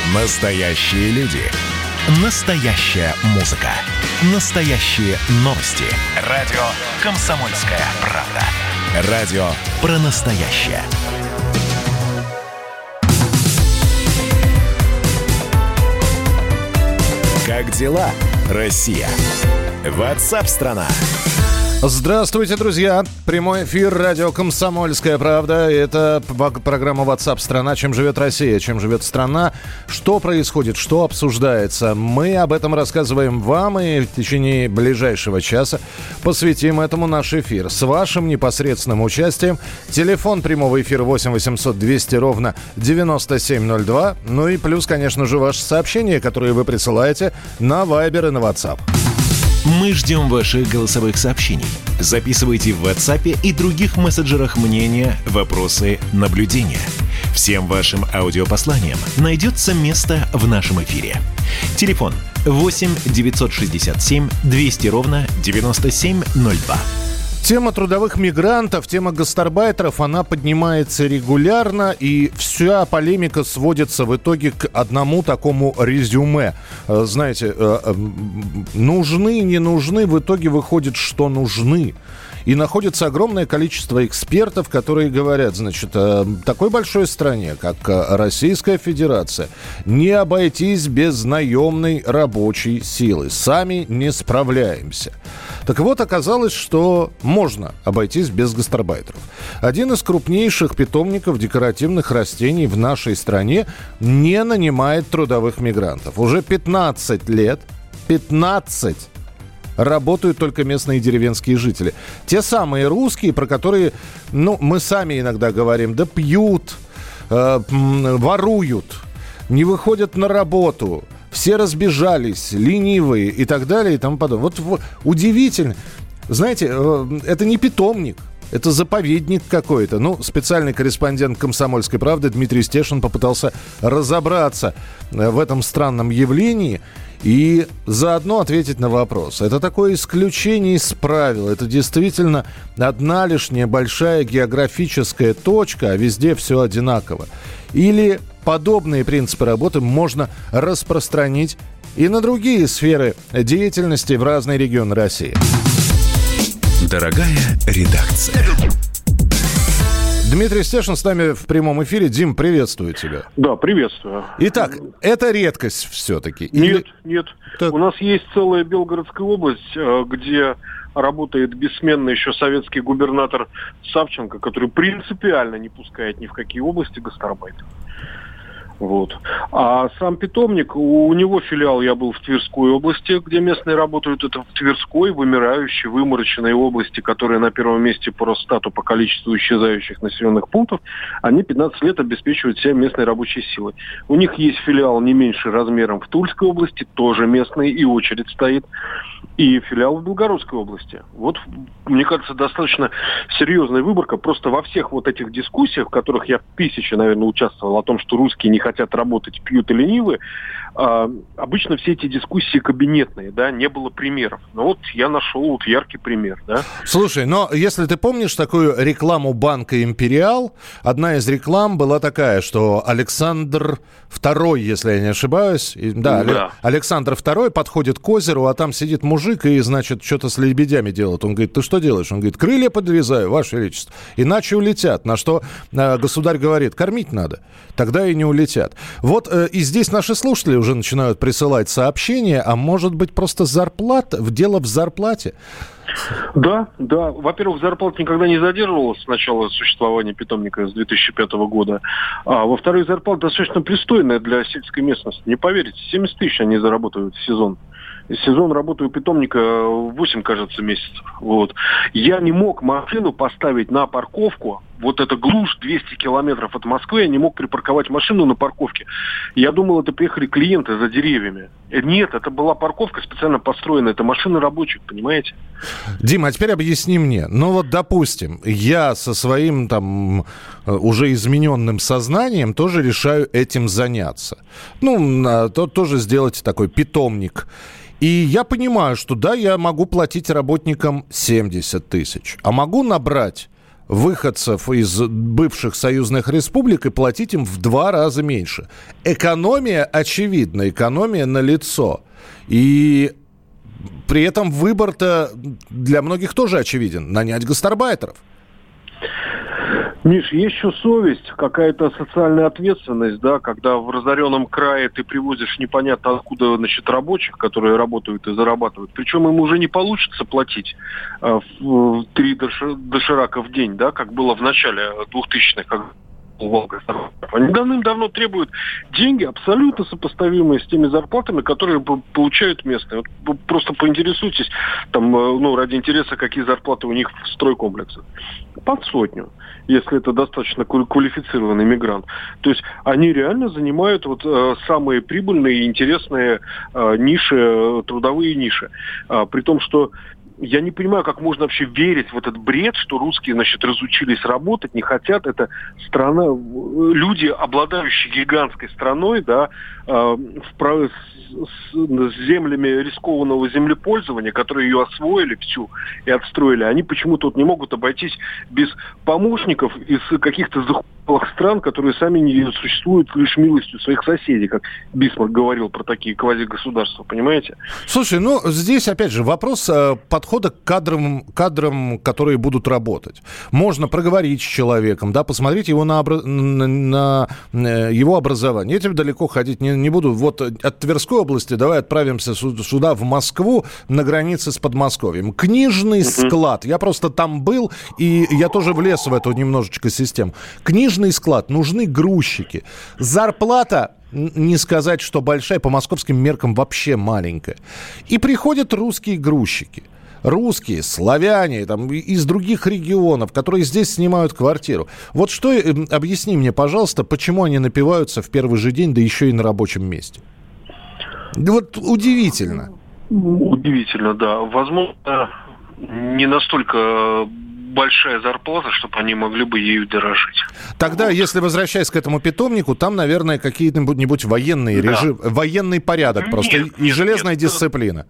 Настоящие люди. Настоящая музыка. Настоящие новости. Радио «Комсомольская правда». Радио про настоящее. Как дела, Россия? WhatsApp-страна. Здравствуйте, друзья! Прямой эфир радио «Комсомольская правда». Это программа WhatsApp «Страна». Чем живет Россия, чем живет страна, что происходит, что обсуждается. Мы об этом рассказываем вам и в течение ближайшего часа посвятим этому наш эфир. С вашим непосредственным участием. Телефон прямого эфира 8 800 200 ровно 9702. Ну и плюс, конечно же, ваши сообщения, которые вы присылаете на Viber и на WhatsApp. Мы ждем ваших голосовых сообщений. Записывайте в WhatsApp и других мессенджерах мнения, вопросы, наблюдения. Всем вашим аудиопосланиям найдется место в нашем эфире. Телефон 8 967 200 ровно 9702. Тема трудовых мигрантов, тема гастарбайтеров, она поднимается регулярно, и вся полемика сводится в итоге к одному такому резюме. Знаете, нужны, не нужны, в итоге выходит, что нужны. И находится огромное количество экспертов, которые говорят, значит, такой большой стране, как Российская Федерация, не обойтись без наемной рабочей силы. Сами не справляемся. Так вот, оказалось, что можно обойтись без гастарбайтеров. Один из крупнейших питомников декоративных растений в нашей стране не нанимает трудовых мигрантов. Уже 15 лет, 15 работают только местные деревенские жители. Те самые русские, про которые, мы сами иногда говорим, да пьют, воруют, не выходят на работу, все разбежались, ленивые и так далее и тому подобное. Вот удивительно. Знаете, это не питомник. Это заповедник какой-то. Специальный корреспондент «Комсомольской правды» Дмитрий Стешин попытался разобраться в этом странном явлении и заодно ответить на вопрос. Это такое исключение из правил. Это действительно одна лишняя большая географическая точка, а везде все одинаково. Или подобные принципы работы можно распространить и на другие сферы деятельности в разные регионы России. Дорогая редакция. Дмитрий Стешин с нами в прямом эфире. Дим, приветствую тебя. Да, приветствую. Итак, это редкость все-таки? Нет. Так. У нас есть целая Белгородская область, где работает бессменный еще советский губернатор Савченко, который принципиально не пускает ни в какие области гастарбайтеров. Вот. А сам питомник, у него филиал, я был в Тверской области, где местные работают. Это в Тверской, вымирающей, вымороченной области, которая на первом месте по Росстату по количеству исчезающих населенных пунктов. Они 15 лет обеспечивают себя местной рабочей силой. У них есть филиал не меньше размером в Тульской области, тоже местный, и очередь стоит. И филиал в Белгородской области. Вот, мне кажется, достаточно серьезная выборка. Просто во всех вот этих дискуссиях, в которых я тысячи, наверное, участвовал, о том, что русские не хотят работать, пьют и ленивы, обычно все эти дискуссии кабинетные, да, не было примеров. Но вот я нашел яркий пример, да. Слушай, но если ты помнишь такую рекламу банка «Империал», одна из реклам была такая, что Александр II, если я не ошибаюсь, Александр II подходит к озеру, а там сидит мужик и, значит, что-то с лебедями делает. Он говорит: ты что делаешь? Он говорит: крылья подвязаю, Ваше Величество, иначе улетят. На что государь говорит: кормить надо, тогда и не улетят. Вот и здесь наши слушатели уже начинают присылать сообщения, а может быть просто дело в зарплате? Да. Во-первых, зарплата никогда не задерживалась с начала существования питомника с 2005 года. А во-вторых, зарплата достаточно пристойная для сельской местности. Не поверите, 70 тысяч они заработают в сезон. Сезон работы у питомника 8, кажется, месяцев. Вот. Я не мог машину поставить на парковку. Вот эта глушь, 200 километров от Москвы, я не мог припарковать машину на парковке. Я думал, это приехали клиенты за деревьями. Нет, это была парковка специально построена. Это машины рабочих, понимаете? Дима, а теперь объясни мне. Допустим, я со своим уже измененным сознанием тоже решаю этим заняться. Тоже сделать такой питомник. И я понимаю, что да, я могу платить работникам 70 тысяч, а могу набрать выходцев из бывших союзных республик и платить им в 2 раза меньше. Экономия очевидна, экономия налицо. И при этом выбор-то для многих тоже очевиден – нанять гастарбайтеров. Миш, есть еще совесть, какая-то социальная ответственность, да, когда в разоренном крае ты привозишь непонятно откуда, значит, рабочих, которые работают и зарабатывают. Причем им уже не получится платить 3 доширака в день, да, как было в начале 2000-х, как Волга. Они давным-давно требуют деньги, абсолютно сопоставимые с теми зарплатами, которые получают местные. Вот просто поинтересуйтесь, там, ради интереса, какие зарплаты у них в стройкомплексах. Под 100, если это достаточно квалифицированный мигрант. То есть они реально занимают самые прибыльные и интересные ниши, трудовые ниши. При том, что я не понимаю, как можно вообще верить в этот бред, что русские, значит, разучились работать, не хотят. Это страна, люди, обладающие гигантской страной, да, с землями рискованного землепользования, которые ее освоили всю и отстроили, они почему-то не могут обойтись без помощников из каких-то захудалых стран, которые сами не существуют лишь милостью своих соседей, как Бисмарк говорил про такие квазигосударства, понимаете? Слушай, здесь, опять же, вопрос подхода к кадрам, которые будут работать. Можно проговорить с человеком, да, посмотреть его на его образование. Я тебе далеко ходить не буду. Вот от Тверской области давай отправимся сюда, в Москву, на границе с Подмосковьем. Книжный склад. Я просто там был, и я тоже влез в эту немножечко систему. Книжный склад. Нужны грузчики. Зарплата, не сказать, что большая, по московским меркам вообще маленькая. И приходят русские грузчики. Русские, славяне, там, из других регионов, которые здесь снимают квартиру. Вот что, объясни мне, пожалуйста, почему они напиваются в первый же день, да еще и на рабочем месте? Вот удивительно. Удивительно, да. Возможно, не настолько большая зарплата, чтобы они могли бы ею дорожить. Тогда, если возвращаясь к этому питомнику, там, наверное, какие-нибудь военные режимы, военный порядок просто и железная дисциплина.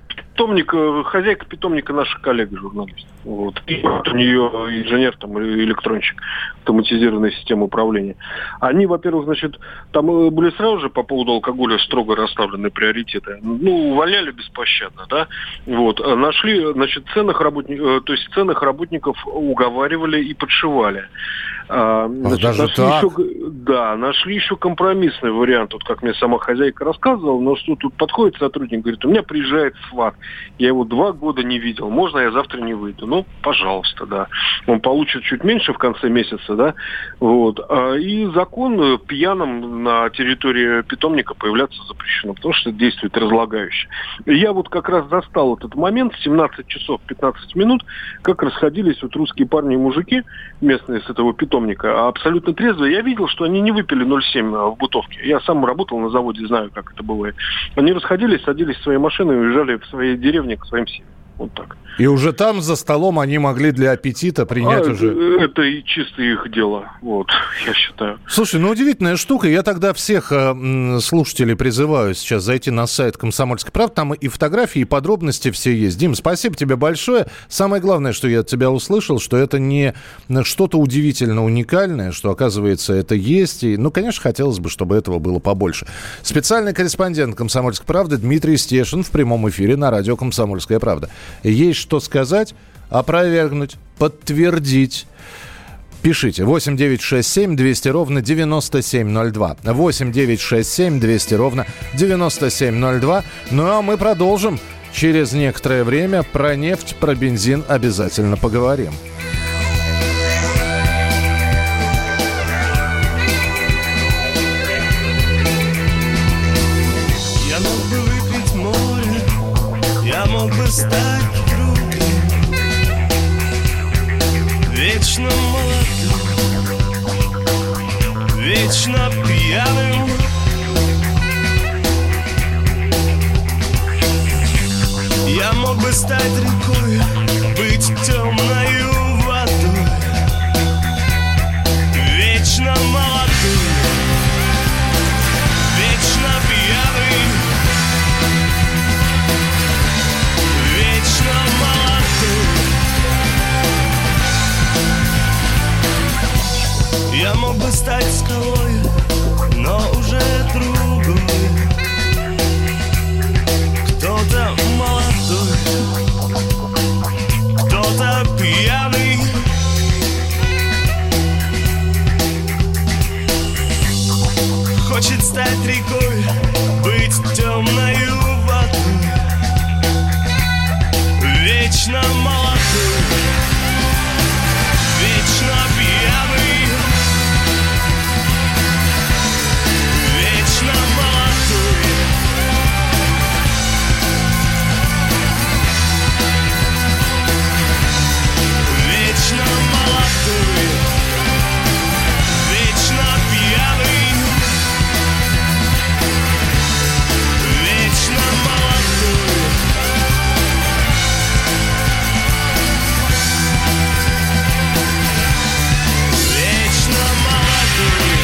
Хозяйка питомника наша коллега-журналист. Вот. И у нее инженер, там, электронщик, автоматизированная система управления. Они, во-первых, значит, там были сразу же по поводу алкоголя строго расставлены приоритеты. Увольняли беспощадно, да. Вот. Нашли, значит, ценных работников уговаривали и подшивали. Значит, даже так? Нашли еще компромиссный вариант, вот как мне сама хозяйка рассказывала, но что тут подходит сотрудник, говорит, у меня приезжает сват, я его 2 года не видел, можно я завтра не выйду? Пожалуйста, да. Он получит чуть меньше в конце месяца, да, вот. И закон пьяным на территории питомника появляться запрещено, потому что действует разлагающе. Я вот как раз застал этот момент, 17 часов 15 минут, как расходились вот русские парни и мужики местные с этого питомника, абсолютно трезвые. Я видел, что они не выпили 0,7 в бутовке. Я сам работал на заводе, знаю, как это бывает. Они расходились, садились в свои машины и уезжали в свои деревни к своим семьям. Вот так. И уже там за столом они могли для аппетита принять уже... Это и чисто их дело, вот, я считаю. Слушай, удивительная штука. Я тогда всех слушателей призываю сейчас зайти на сайт «Комсомольской правды». Там и фотографии, и подробности все есть. Дим, спасибо тебе большое. Самое главное, что я от тебя услышал, что это не что-то удивительно уникальное, что, оказывается, это есть. И, конечно, хотелось бы, чтобы этого было побольше. Специальный корреспондент «Комсомольской правды» Дмитрий Стешин в прямом эфире на радио «Комсомольская правда». Есть что сказать, опровергнуть, подтвердить. Пишите 8 967 200 ровно 9702. 8 967 200 ровно 9702. А мы продолжим через некоторое время. Про нефть, про бензин обязательно поговорим. Я мог бы выпить море, я мог бы стать вечно молодым, вечно пьяным. Я мог бы стать рекой, быть темною водой, вечно молодым, вечно пьяным, вечно молодым. хочет стать рекой, быть темною водой, вечно молодой, вечно пьяный, вечно молодой, вечно молодой, вечно пьяный, вечно молодой. Вечно молодой.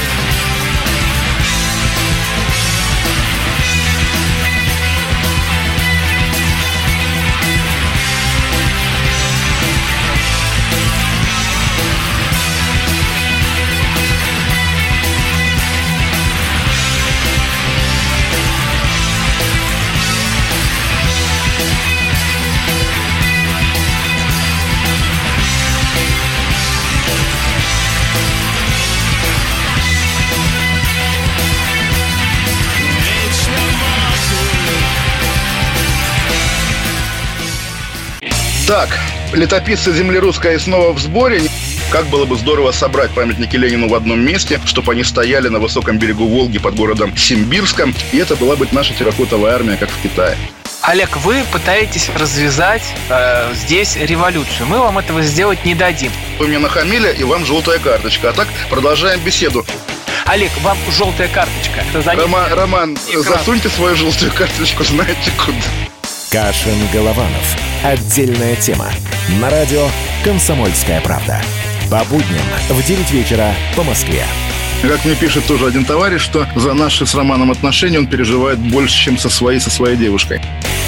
Вечно молодой. Так, летописцы земли русской снова в сборе. Как было бы здорово собрать памятники Ленину в одном месте, чтобы они стояли на высоком берегу Волги под городом Симбирском, и это была бы наша терракотовая армия, как в Китае. Олег, вы пытаетесь развязать здесь революцию. Мы вам этого сделать не дадим. Вы мне нахамили, и вам желтая карточка. А так продолжаем беседу. Олег, вам желтая карточка. Роман, засуньте свою желтую карточку, знаете куда. Кашин-Голованов. Отдельная тема. На радио «Комсомольская правда». По будням в 9 вечера по Москве. Как мне пишет тоже один товарищ, что за наши с Романом отношения он переживает больше, чем со своей девушкой.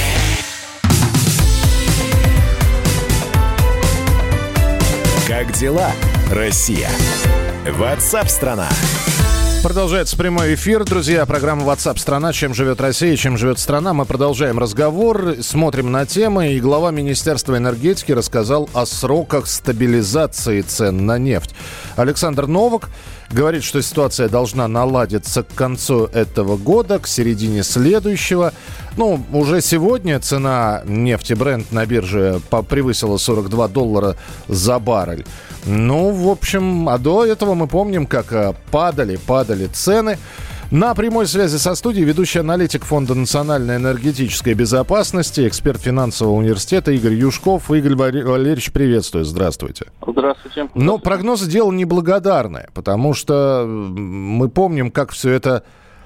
Как дела, Россия? WhatsApp-страна. Продолжается прямой эфир, друзья. Программа WhatsApp страна. Чем живет Россия, чем живет страна. Мы продолжаем разговор, смотрим на темы. И глава Министерства энергетики рассказал о сроках стабилизации цен на нефть. Александр Новак говорит, что ситуация должна наладиться к концу этого года, к середине следующего. Ну, уже сегодня цена нефти Brent на бирже превысила $42 за баррель. Ну, в общем, а до этого мы помним, как падали цены. На прямой связи со студией ведущий аналитик Фонда национальной энергетической безопасности, эксперт финансового университета Игорь Юшков. Игорь Валерьевич, приветствую. Здравствуйте. Здравствуйте. Но прогноз дело неблагодарное, потому что мы помним, как все это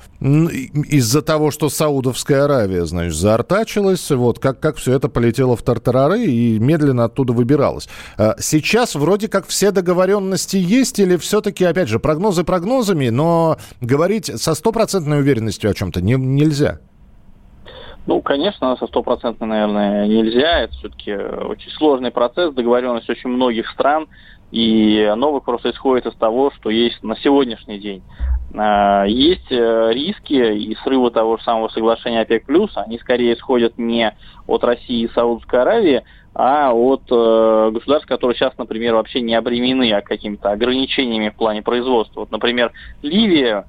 из-за того, что Саудовская Аравия, значит, заортачилась, вот как все это полетело в тартарары и медленно оттуда выбиралось. Сейчас вроде как все договоренности есть, или все-таки, опять же, прогнозы прогнозами, но говорить со стопроцентной уверенностью о чем-то нельзя? Ну, конечно, со стопроцентной, наверное, нельзя. Это все-таки очень сложный процесс, договоренность очень многих стран. И Новак просто исходит из того, что есть на сегодняшний день. Есть риски и срыва того же самого соглашения ОПЕК+, они скорее исходят не от России и Саудовской Аравии, а от государств, которые сейчас, например, вообще не обременены какими-то ограничениями в плане производства. Вот, например, Ливия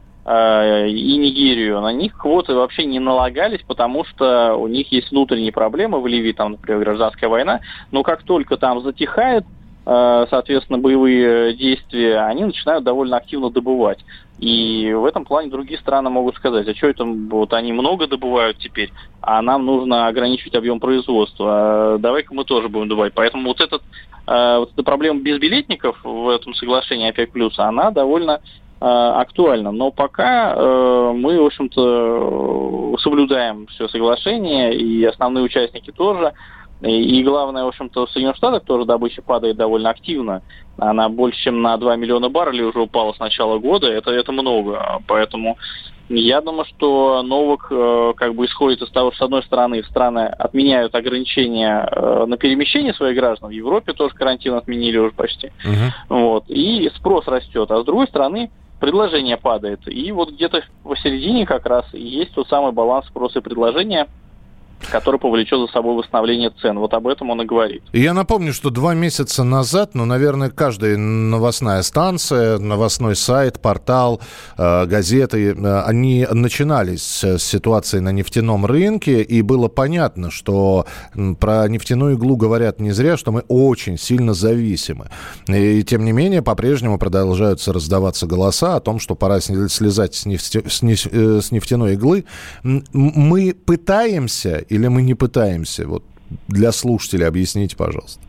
и Нигерию, на них квоты вообще не налагались, потому что у них есть внутренние проблемы. В Ливии там, например, гражданская война, но как только там затихает, соответственно, боевые действия, они начинают довольно активно добывать. И в этом плане другие страны могут сказать, а что это вот они много добывают теперь, а нам нужно ограничивать объем производства, давай-ка мы тоже будем добывать. Поэтому вот эта проблема безбилетников в этом соглашении ОПЕК+, она довольно актуальна. Но пока мы, в общем-то, соблюдаем все соглашение, и основные участники тоже. И главное, в общем-то, в Соединенных Штатах тоже добыча падает довольно активно. Она больше, чем на 2 миллиона баррелей уже упала с начала года. Это много. Поэтому я думаю, что Новак как бы исходит из того, что, с одной стороны, страны отменяют ограничения на перемещение своих граждан. В Европе тоже карантин отменили уже почти. Вот. И спрос растет. А с другой стороны, предложение падает. И вот где-то посередине как раз есть тот самый баланс спроса и предложения. который повлечет за собой восстановление цен. Вот об этом он и говорит. Я напомню, что 2 месяца назад, наверное, каждая новостная станция, новостной сайт, портал, газеты, они начинались с ситуации на нефтяном рынке, и было понятно, что про нефтяную иглу говорят не зря, что мы очень сильно зависимы. И, тем не менее, по-прежнему продолжаются раздаваться голоса о том, что пора слезать с нефтяной иглы. Мы пытаемся или мы не пытаемся? Вот для слушателей объясните, пожалуйста.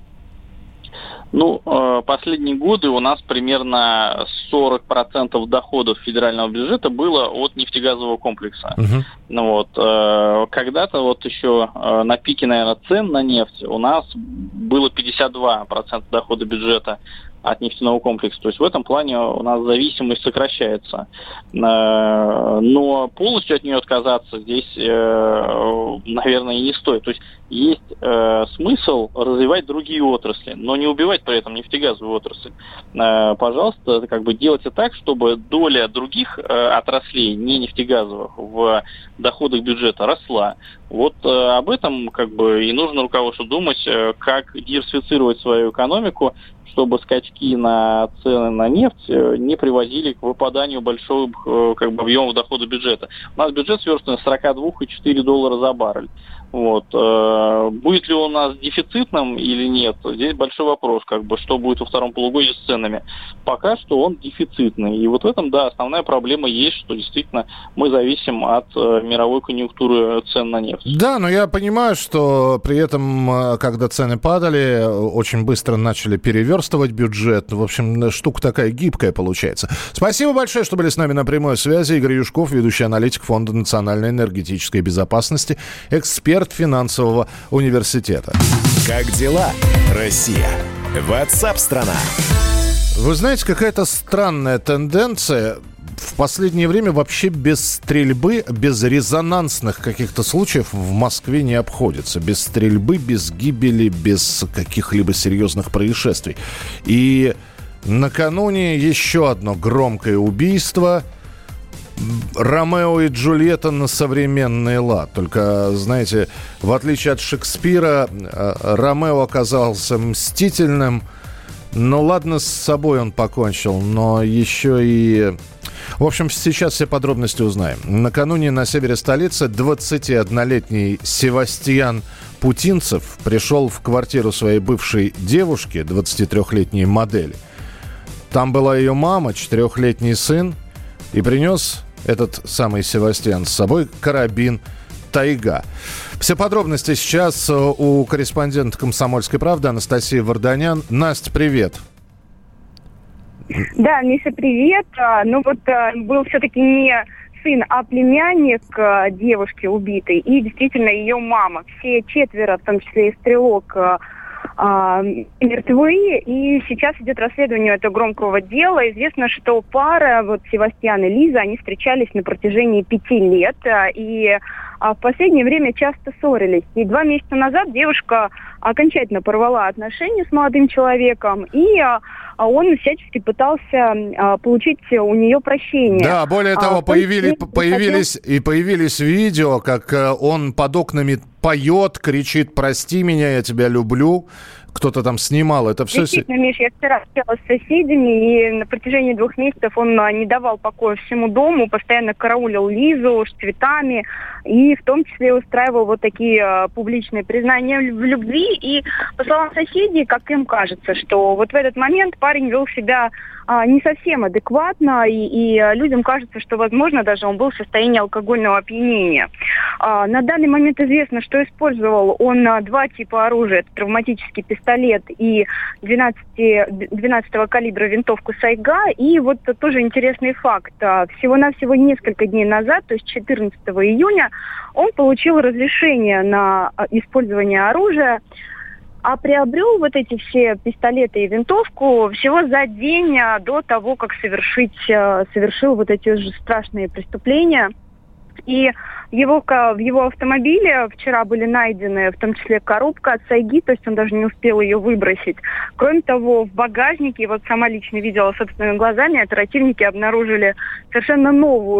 Последние годы у нас примерно 40% доходов федерального бюджета было от нефтегазового комплекса. Когда-то еще на пике, наверное, цен на нефть у нас было 52% дохода бюджета от нефтяного комплекса. То есть в этом плане у нас зависимость сокращается. Но полностью от нее отказаться здесь, наверное, и не стоит. То есть есть смысл развивать другие отрасли, но не убивать при этом нефтегазовую отрасль. Пожалуйста, делайте так, чтобы доля других отраслей, не нефтегазовых, в доходах бюджета росла. Вот об этом и нужно руководству думать, как диверсифицировать свою экономику, чтобы скачки на цены на нефть не приводили к выпаданию большого объема дохода бюджета. У нас бюджет сверстан с $42,4 за баррель. Будет ли он у нас дефицитным или нет, здесь большой вопрос, что будет во втором полугодии с ценами. Пока что он дефицитный. И вот в этом, основная проблема есть, что действительно мы зависим от мировой конъюнктуры цен на нефть. Да, но я понимаю, что при этом, когда цены падали, очень быстро начали переверстывать бюджет. В общем, штука такая гибкая получается. Спасибо большое, что были с нами на прямой связи. Игорь Юшков, ведущий аналитик Фонда национальной энергетической безопасности, эксперт финансового университета. Как дела, Россия? WhatsApp-страна. Вы знаете, какая-то странная тенденция. В последнее время вообще без стрельбы, без резонансных каких-то случаев в Москве не обходится. Без стрельбы, без гибели, без каких-либо серьезных происшествий. И накануне еще одно громкое убийство. Ромео и Джульетта на современный лад. Только, знаете, в отличие от Шекспира, Ромео оказался мстительным. Ну, ладно, с собой он покончил, но еще и... В общем, сейчас все подробности узнаем. Накануне на севере столицы 21-летний Севастьян Путинцев пришел в квартиру своей бывшей девушки, 23-летней модели. Там была ее мама, 4-летний сын, и принес этот самый Севастьян с собой карабин «Тайга». Все подробности сейчас у корреспондента «Комсомольской правды» Анастасии Варданян. Настя, привет. Да, Миша, привет. Был все-таки не сын, а племянник девушки убитой и действительно ее мама. Все 4, в том числе и стрелок, мертвы, и сейчас идет расследование этого громкого дела. Известно, что пара, Севастьян и Лиза, они встречались на протяжении 5 лет, и в последнее время часто ссорились. И 2 месяца назад девушка окончательно порвала отношения с молодым человеком, и он всячески пытался получить у нее прощение. Да, более того, появились видео, как он под окнами поет, кричит: «Прости меня, я тебя люблю». Кто-то там снимал это все. Действительно, Миш, я вчера общалась с соседями, и на протяжении 2 месяцев он не давал покоя всему дому, постоянно караулил Лизу с цветами, и в том числе устраивал такие публичные признания в любви. И, по словам соседей, как им кажется, что в этот момент парень вел себя не совсем адекватно, и людям кажется, что, возможно, даже он был в состоянии алкогольного опьянения. На данный момент известно, что использовал он 2 типа оружия. Это травматический пистолет и 12-го калибра винтовку «Сайга». И тоже интересный факт. Всего-навсего несколько дней назад, то есть 14 июня, он получил разрешение на использование оружия, а приобрел эти все пистолеты и винтовку всего за день до того, как совершил эти же страшные преступления. И в его автомобиле вчера были найдены, в том числе, коробка от «Сайги», то есть он даже не успел ее выбросить. Кроме того, в багажнике, сама лично видела собственными глазами, оперативники обнаружили совершенно новую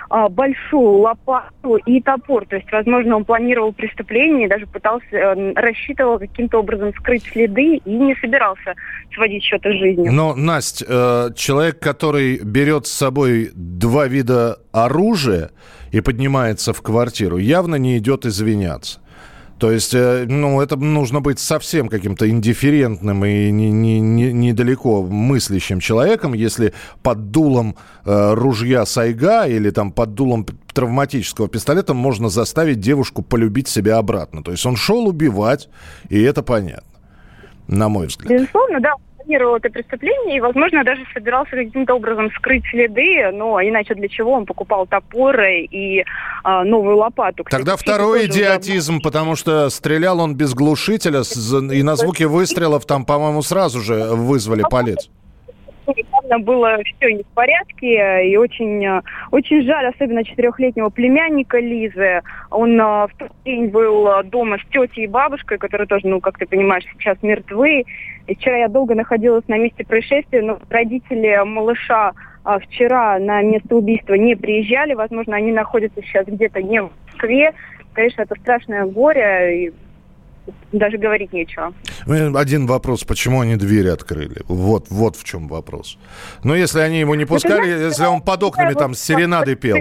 большую лопату и топор. То есть, возможно, он планировал преступление и даже рассчитывал каким-то образом скрыть следы и не собирался сводить счеты с жизнью. Но, Настя, человек, который берет с собой 2 вида оружия и поднимается в квартиру, явно не идет извиняться. То есть, это нужно быть совсем каким-то индифферентным и недалеко мыслящим человеком, если под дулом ружья Сайга или там под дулом травматического пистолета можно заставить девушку полюбить себя обратно. То есть он шел убивать, и это понятно, на мой взгляд. Безусловно, да. Планировал это преступление и, возможно, даже собирался каким-то образом скрыть следы, но иначе для чего он покупал топоры и новую лопату. Кстати, тогда второй идиотизм, потому что стрелял он без глушителя, и на звуке выстрелов там, по-моему, сразу же вызвали полицию. Явно было все не в порядке, и очень жаль, особенно 4-летнего племянника Лизы. Он в тот день был дома с тетей и бабушкой, которые тоже, как ты понимаешь, сейчас мертвы. И вчера я долго находилась на месте происшествия, но родители малыша вчера на место убийства не приезжали. Возможно, они находятся сейчас где-то не в Москве. Конечно, это страшное горе, и даже говорить нечего. Один вопрос, почему они двери открыли? Вот в чем вопрос. Но если они его не пускали, если он под окнами там с серенадой пел.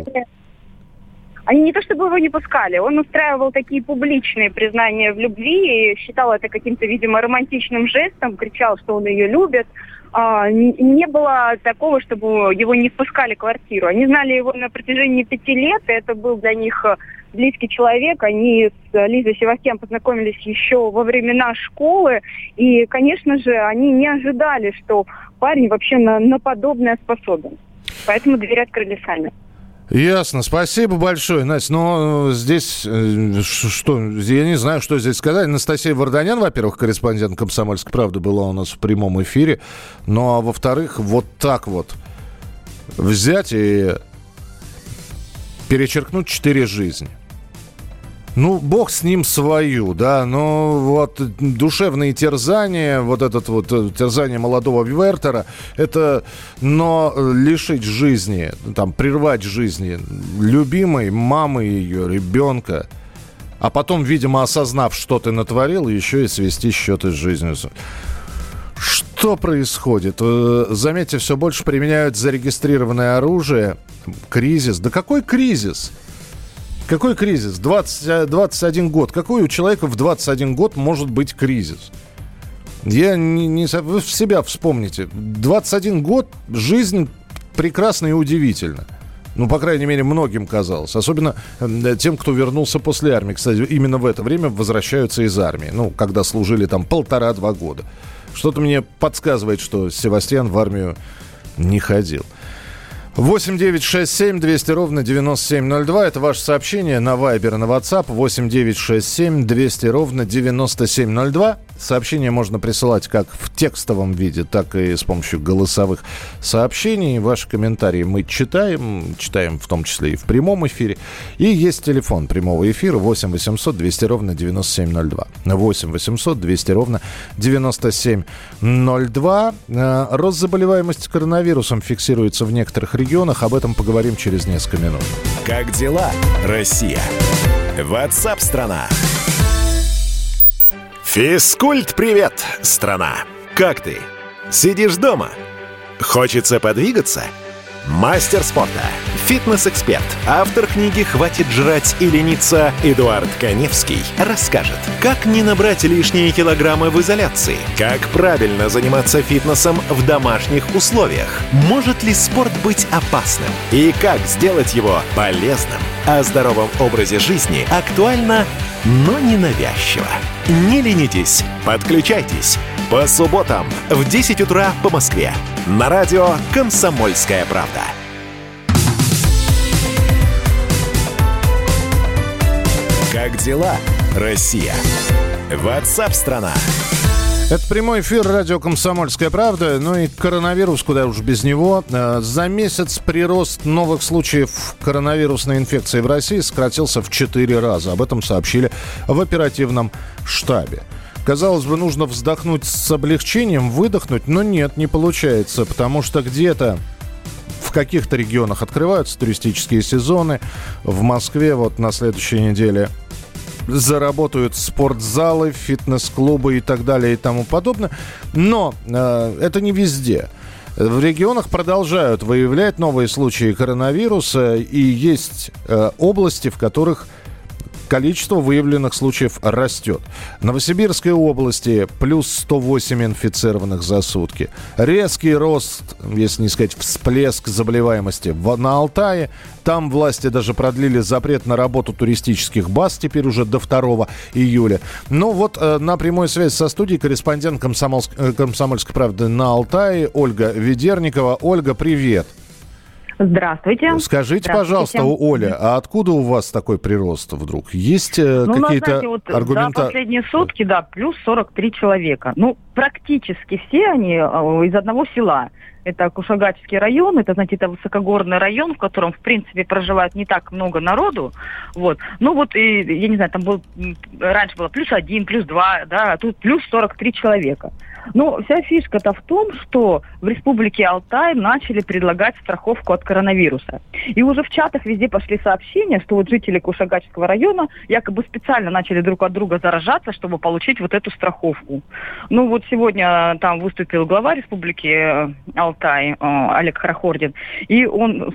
Они не то чтобы его не пускали, он устраивал такие публичные признания в любви и считал это каким-то, видимо, романтичным жестом, кричал, что он ее любит. Не было такого, чтобы его не впускали в квартиру. Они знали его на протяжении 5 лет, и это был для них близкий человек. Они с Лизой Севастьян познакомились еще во времена школы, и, конечно же, они не ожидали, что парень вообще на подобное способен. Поэтому дверь открыли сами. Ясно, спасибо большое, Настя. Но здесь, что, я не знаю, что здесь сказать. Анастасия Варданян, во-первых, корреспондент «Комсомольской правды», была у нас в прямом эфире. Ну, а во-вторых, вот так вот взять и перечеркнуть 4 жизни. Ну, бог с ним свою, да, но вот душевные терзания, вот это вот терзание молодого Вертера, это, но лишить жизни, там, прервать жизни любимой мамы ее, ребенка, а потом, видимо, осознав, что ты натворил, еще и свести счеты с жизнью. Что происходит? Заметьте, все больше применяют зарегистрированное оружие. Кризис. Да какой кризис? Какой кризис? 21 год. Какой у человека в 21 год может быть кризис? Вы в себя вспомните. 21 год, жизнь прекрасна и удивительна. Ну, по крайней мере, многим казалось. Особенно тем, кто вернулся после армии. Кстати, именно в это время возвращаются из армии. Ну, когда служили там 1,5-2 года. Что-то мне подсказывает, что Севастьян в армию не ходил. 8 9 6 7 200 ровно 9702. Это ваше сообщение на Viber и на WhatsApp. 8 9 6 7 200 ровно 9702. Сообщения можно присылать как в текстовом виде, так и с помощью голосовых сообщений. Ваши комментарии мы читаем в том числе и в прямом эфире. И есть телефон прямого эфира 8 800 200 ровно 9702. 8 800 200 ровно 9702. Рост заболеваемости коронавирусом фиксируется в некоторых регионах. Об этом поговорим через несколько минут. Как дела, Россия? WhatsApp-страна. Физкульт-привет, страна! Как ты? Сидишь дома? Хочется подвигаться? Мастер спорта, фитнес-эксперт, автор книги «Хватит жрать и лениться» Эдуард Каневский расскажет, как не набрать лишние килограммы в изоляции, как правильно заниматься фитнесом в домашних условиях, может ли спорт быть опасным и как сделать его полезным. О здоровом образе жизни актуально, но не навязчиво. Не ленитесь, подключайтесь. По субботам в 10 утра по Москве. На радио «Комсомольская правда». Как дела, Россия? WhatsApp-страна. Это прямой эфир радио «Комсомольская правда». Ну и коронавирус, куда уж без него. За месяц прирост новых случаев коронавирусной инфекции в России сократился в 4 раза. Об этом сообщили в оперативном штабе. Казалось бы, нужно вздохнуть с облегчением, выдохнуть, но нет, не получается, потому что где-то в В каких-то регионах открываются туристические сезоны. В Москве вот на следующей неделе заработают спортзалы, фитнес-клубы и так далее и тому подобное. Но это не везде. В регионах продолжают выявлять новые случаи коронавируса, и есть области, в которых количество выявленных случаев растет. В Новосибирской области плюс 108 инфицированных за сутки. Резкий рост, если не сказать всплеск заболеваемости на Алтае. Там власти даже продлили запрет на работу туристических баз теперь уже до 2 июля. Ну вот на прямой связи со студией корреспондент «Комсомольской правды» на Алтае Ольга Ведерникова. Ольга, привет. Здравствуйте. Скажите, пожалуйста, Оля, а откуда у вас такой прирост вдруг? Есть какие-то аргументы? За последние сутки, плюс 43 человека. Практически все они из одного села. Это Кушагатский район, это, знаете, это высокогорный район, в котором, в принципе, проживает не так много народу. Вот. И, я не знаю, там раньше было плюс 1, плюс 2, а тут плюс 43 человека. Но вся фишка-то в том, что в республике Алтай начали предлагать страховку от коронавируса. И уже в чатах везде пошли сообщения, что вот жители Кушагатского района якобы специально начали друг от друга заражаться, чтобы получить вот эту страховку. Сегодня там выступил глава республики Алтай Олег Хорохордин, и он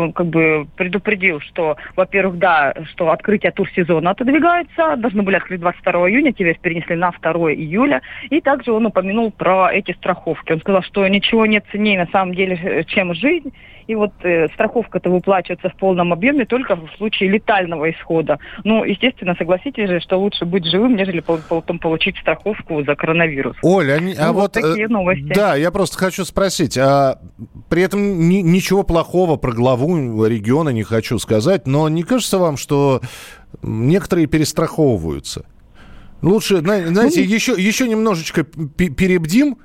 предупредил, что, во-первых, что открытие турсезона отодвигается, должны были открыть 22 июня, теперь перенесли на 2 июля, и также он упомянул про эти страховки. Он сказал, что ничего нет ценнее на самом деле, чем жизнь, и страховка-то выплачивается в полном объеме только в случае летального исхода. Естественно, согласитесь же, что лучше быть живым, нежели потом получить страховку за коронавирус. Оля, такие новости. Да, я просто хочу спросить, при этом ничего плохого про главу региона не хочу сказать, но не кажется вам, что некоторые перестраховываются? Лучше, знаете, еще немножечко перебдим,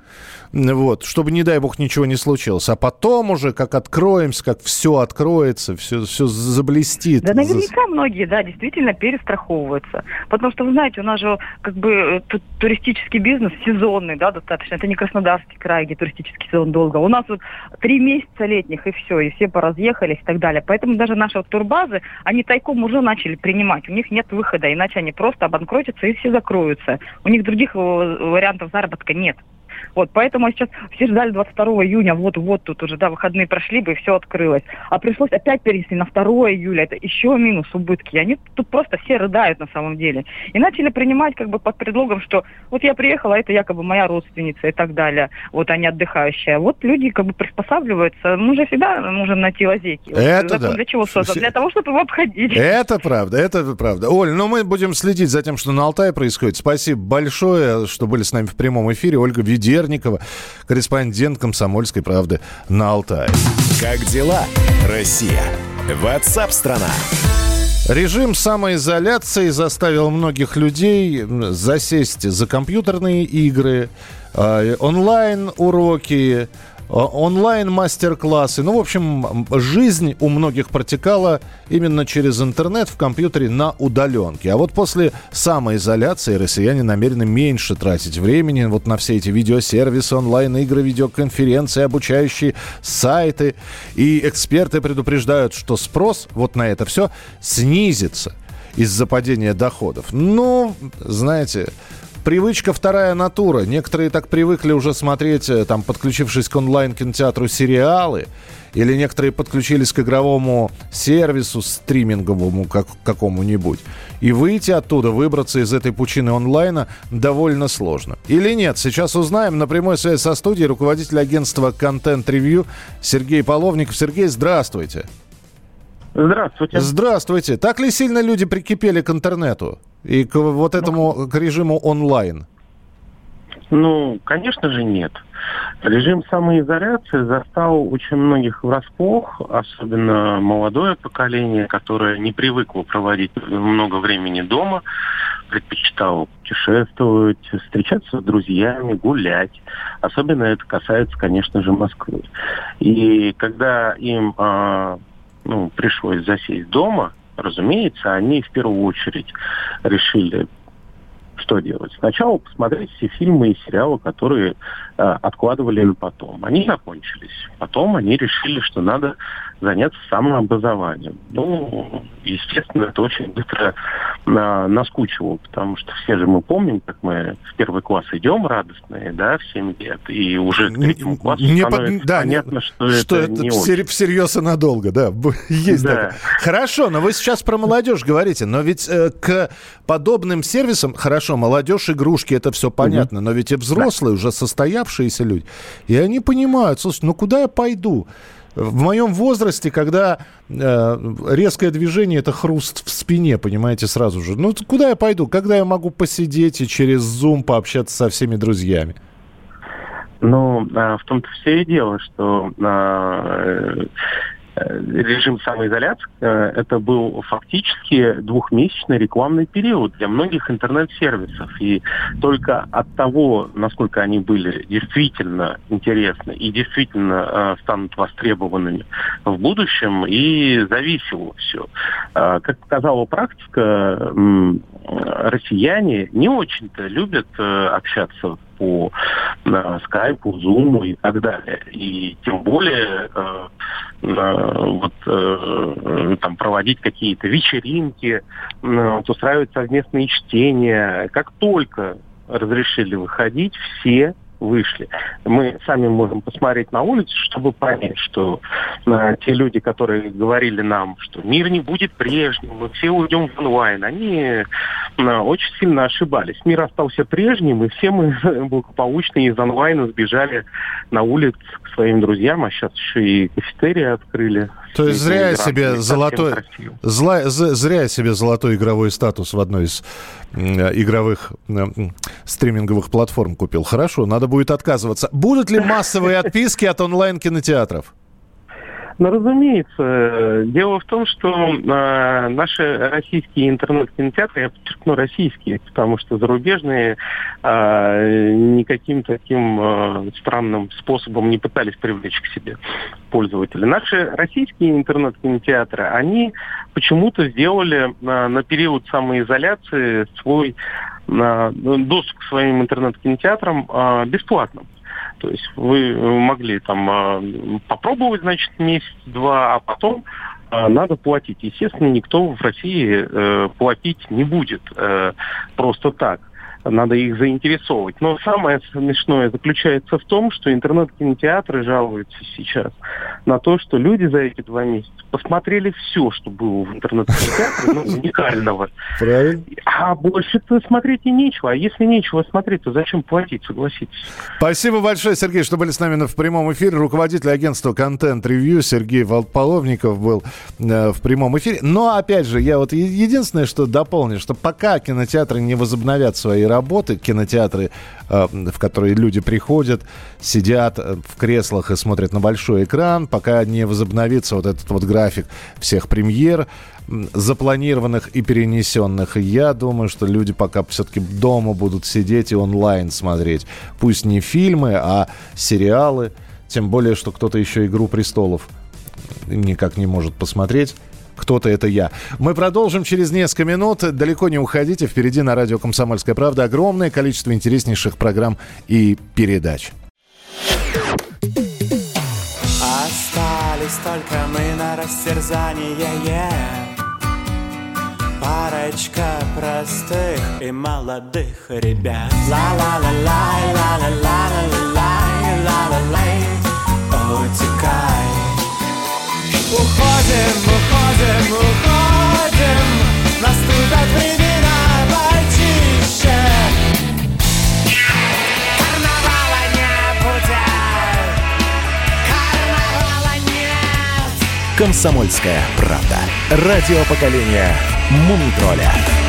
чтобы, не дай бог, ничего не случилось. А потом уже, как откроемся, как все откроется, все заблестит. Да, наверняка многие, действительно перестраховываются. Потому что, вы знаете, у нас же туристический бизнес сезонный, достаточно. Это не Краснодарский край, где туристический сезон долго. У нас 3 месяца летних, и все поразъехались и так далее. Поэтому даже наши турбазы, они тайком уже начали принимать. У них нет выхода, иначе они просто обанкротятся и все закроются. У них других вариантов заработка нет. Поэтому сейчас все ждали 22 июня, вот тут уже, выходные прошли бы, и все открылось. А пришлось опять перенести на 2 июля, это еще минус убытки. И они тут просто все рыдают на самом деле. И начали принимать под предлогом, что я приехала, это якобы моя родственница и так далее, они отдыхающие. Люди приспосабливаются, мы же всегда можем найти лазейки. Это закон для чего создан? Для того, чтобы его обходить. Это правда. Оль, мы будем следить за тем, что на Алтае происходит. Спасибо большое, что были с нами в прямом эфире. Ольга Ведерникова, корреспондент «Комсомольской правды» на Алтае. Как дела, Россия? WhatsApp-страна. Режим самоизоляции заставил многих людей засесть за компьютерные игры, онлайн-уроки, онлайн-мастер-классы. В общем, жизнь у многих протекала именно через интернет в компьютере на удаленке. А после самоизоляции россияне намерены меньше тратить времени на все эти видеосервисы, онлайн-игры, видеоконференции, обучающие сайты. И эксперты предупреждают, что спрос на это все снизится из-за падения доходов. Знаете... Привычка вторая натура. Некоторые так привыкли уже смотреть, подключившись к онлайн-кинотеатру, сериалы. Или некоторые подключились к игровому сервису стриминговому какому-нибудь. И выйти оттуда, выбраться из этой пучины онлайна довольно сложно. Или нет? Сейчас узнаем. На прямой связи со студией руководитель агентства «Контент Ревью» Сергей Половников. Сергей, здравствуйте. Здравствуйте. Здравствуйте. Так ли сильно люди прикипели к интернету и к к режиму онлайн? Конечно же, нет. Режим самоизоляции застал очень многих врасплох, особенно молодое поколение, которое не привыкло проводить много времени дома, предпочитало путешествовать, встречаться с друзьями, гулять. Особенно это касается, конечно же, Москвы. И когда им пришлось засесть дома, разумеется, они в первую очередь решили что делать? Сначала посмотреть все фильмы и сериалы, которые откладывали на потом. Они закончились. Потом они решили, что надо заняться самообразованием. Ну, естественно, это очень быстро наскучивало, потому что все же мы помним, как мы в первый класс идем радостные, да, в 7 лет, и уже к третьему классу становится понятно, что это не очень. Всерьез и надолго, да. Есть такое. Хорошо, но вы сейчас про молодежь говорите, но ведь к подобным сервисам, хорошо, молодежь, игрушки, это все понятно, но ведь и взрослые, уже состоявшиеся люди, и они понимают, слушай, ну куда я пойду? В моем возрасте, когда резкое движение – это хруст в спине, понимаете, сразу же. Ну, куда я пойду? Когда я могу посидеть и через Zoom пообщаться со всеми друзьями? Ну, в том-то все и дело, что режим самоизоляции это был фактически двухмесячный рекламный период для многих интернет-сервисов. И только от того, насколько они были действительно интересны и действительно станут востребованными в будущем, и зависело все. Как показала практика, россияне не очень-то любят общаться по скайпу, зуму и так далее. И тем более там проводить какие-то вечеринки, устраивать совместные чтения. Как только разрешили выходить, все вышли. Мы сами можем посмотреть на улицу, чтобы понять, что те люди, которые говорили нам, что мир не будет прежним, мы все уйдем в онлайн, они очень сильно ошибались. Мир остался прежним, и все мы благополучно из онлайна сбежали на улицу к своим друзьям, а сейчас еще и кафетерии открыли. То есть зря я себе золотой игровой статус в одной из игровых стриминговых платформ купил. Хорошо, надо будет отказываться. Будут ли массовые отписки от онлайн-кинотеатров? Ну, разумеется. Дело в том, что наши российские интернет-кинотеатры, я подчеркну, российские, потому что зарубежные никаким таким странным способом не пытались привлечь к себе пользователей. Наши российские интернет-кинотеатры, они почему-то сделали на период самоизоляции свой доступ к своим интернет-кинотеатрам бесплатным. То есть вы могли там попробовать, значит, месяц-два, а потом надо платить. Естественно, никто в России платить не будет просто так. Надо их заинтересовывать. Но самое смешное заключается в том, что интернет-кинотеатры жалуются сейчас на то, что люди за эти 2 месяца посмотрели все, что было в интернет-кинотеатре, уникального. Правильно. А больше-то смотреть и нечего. А если нечего смотреть, то зачем платить, согласитесь? Спасибо большое, Сергей, что были с нами в прямом эфире. Руководитель агентства «Контент Ревью» Сергей Половников был в прямом эфире. Но, опять же, я вот единственное, что дополню, что пока кинотеатры не возобновят свои работы, кинотеатры, в которые люди приходят, сидят в креслах и смотрят на большой экран, пока не возобновится вот этот вот график всех премьер, запланированных и перенесенных. Я думаю, что люди пока все-таки дома будут сидеть и онлайн смотреть. Пусть не фильмы, а сериалы. Тем более, что кто-то еще «Игру престолов» никак не может посмотреть. Кто-то — это я. Мы продолжим через несколько минут. Далеко не уходите. Впереди на радио «Комсомольская правда» огромное количество интереснейших программ и передач. Остались только мы на растерзание. Парочка простых и молодых ребят. Ла-ла-ла-лай, ла-ла-ла-ла-ла-лай, ла-ла-лай, утекай. Уходим, уходим, уходим, наступят времена почище. Карнавала не будет, карнавала нет. «Комсомольская правда». Радио поколения Мумий-тролля.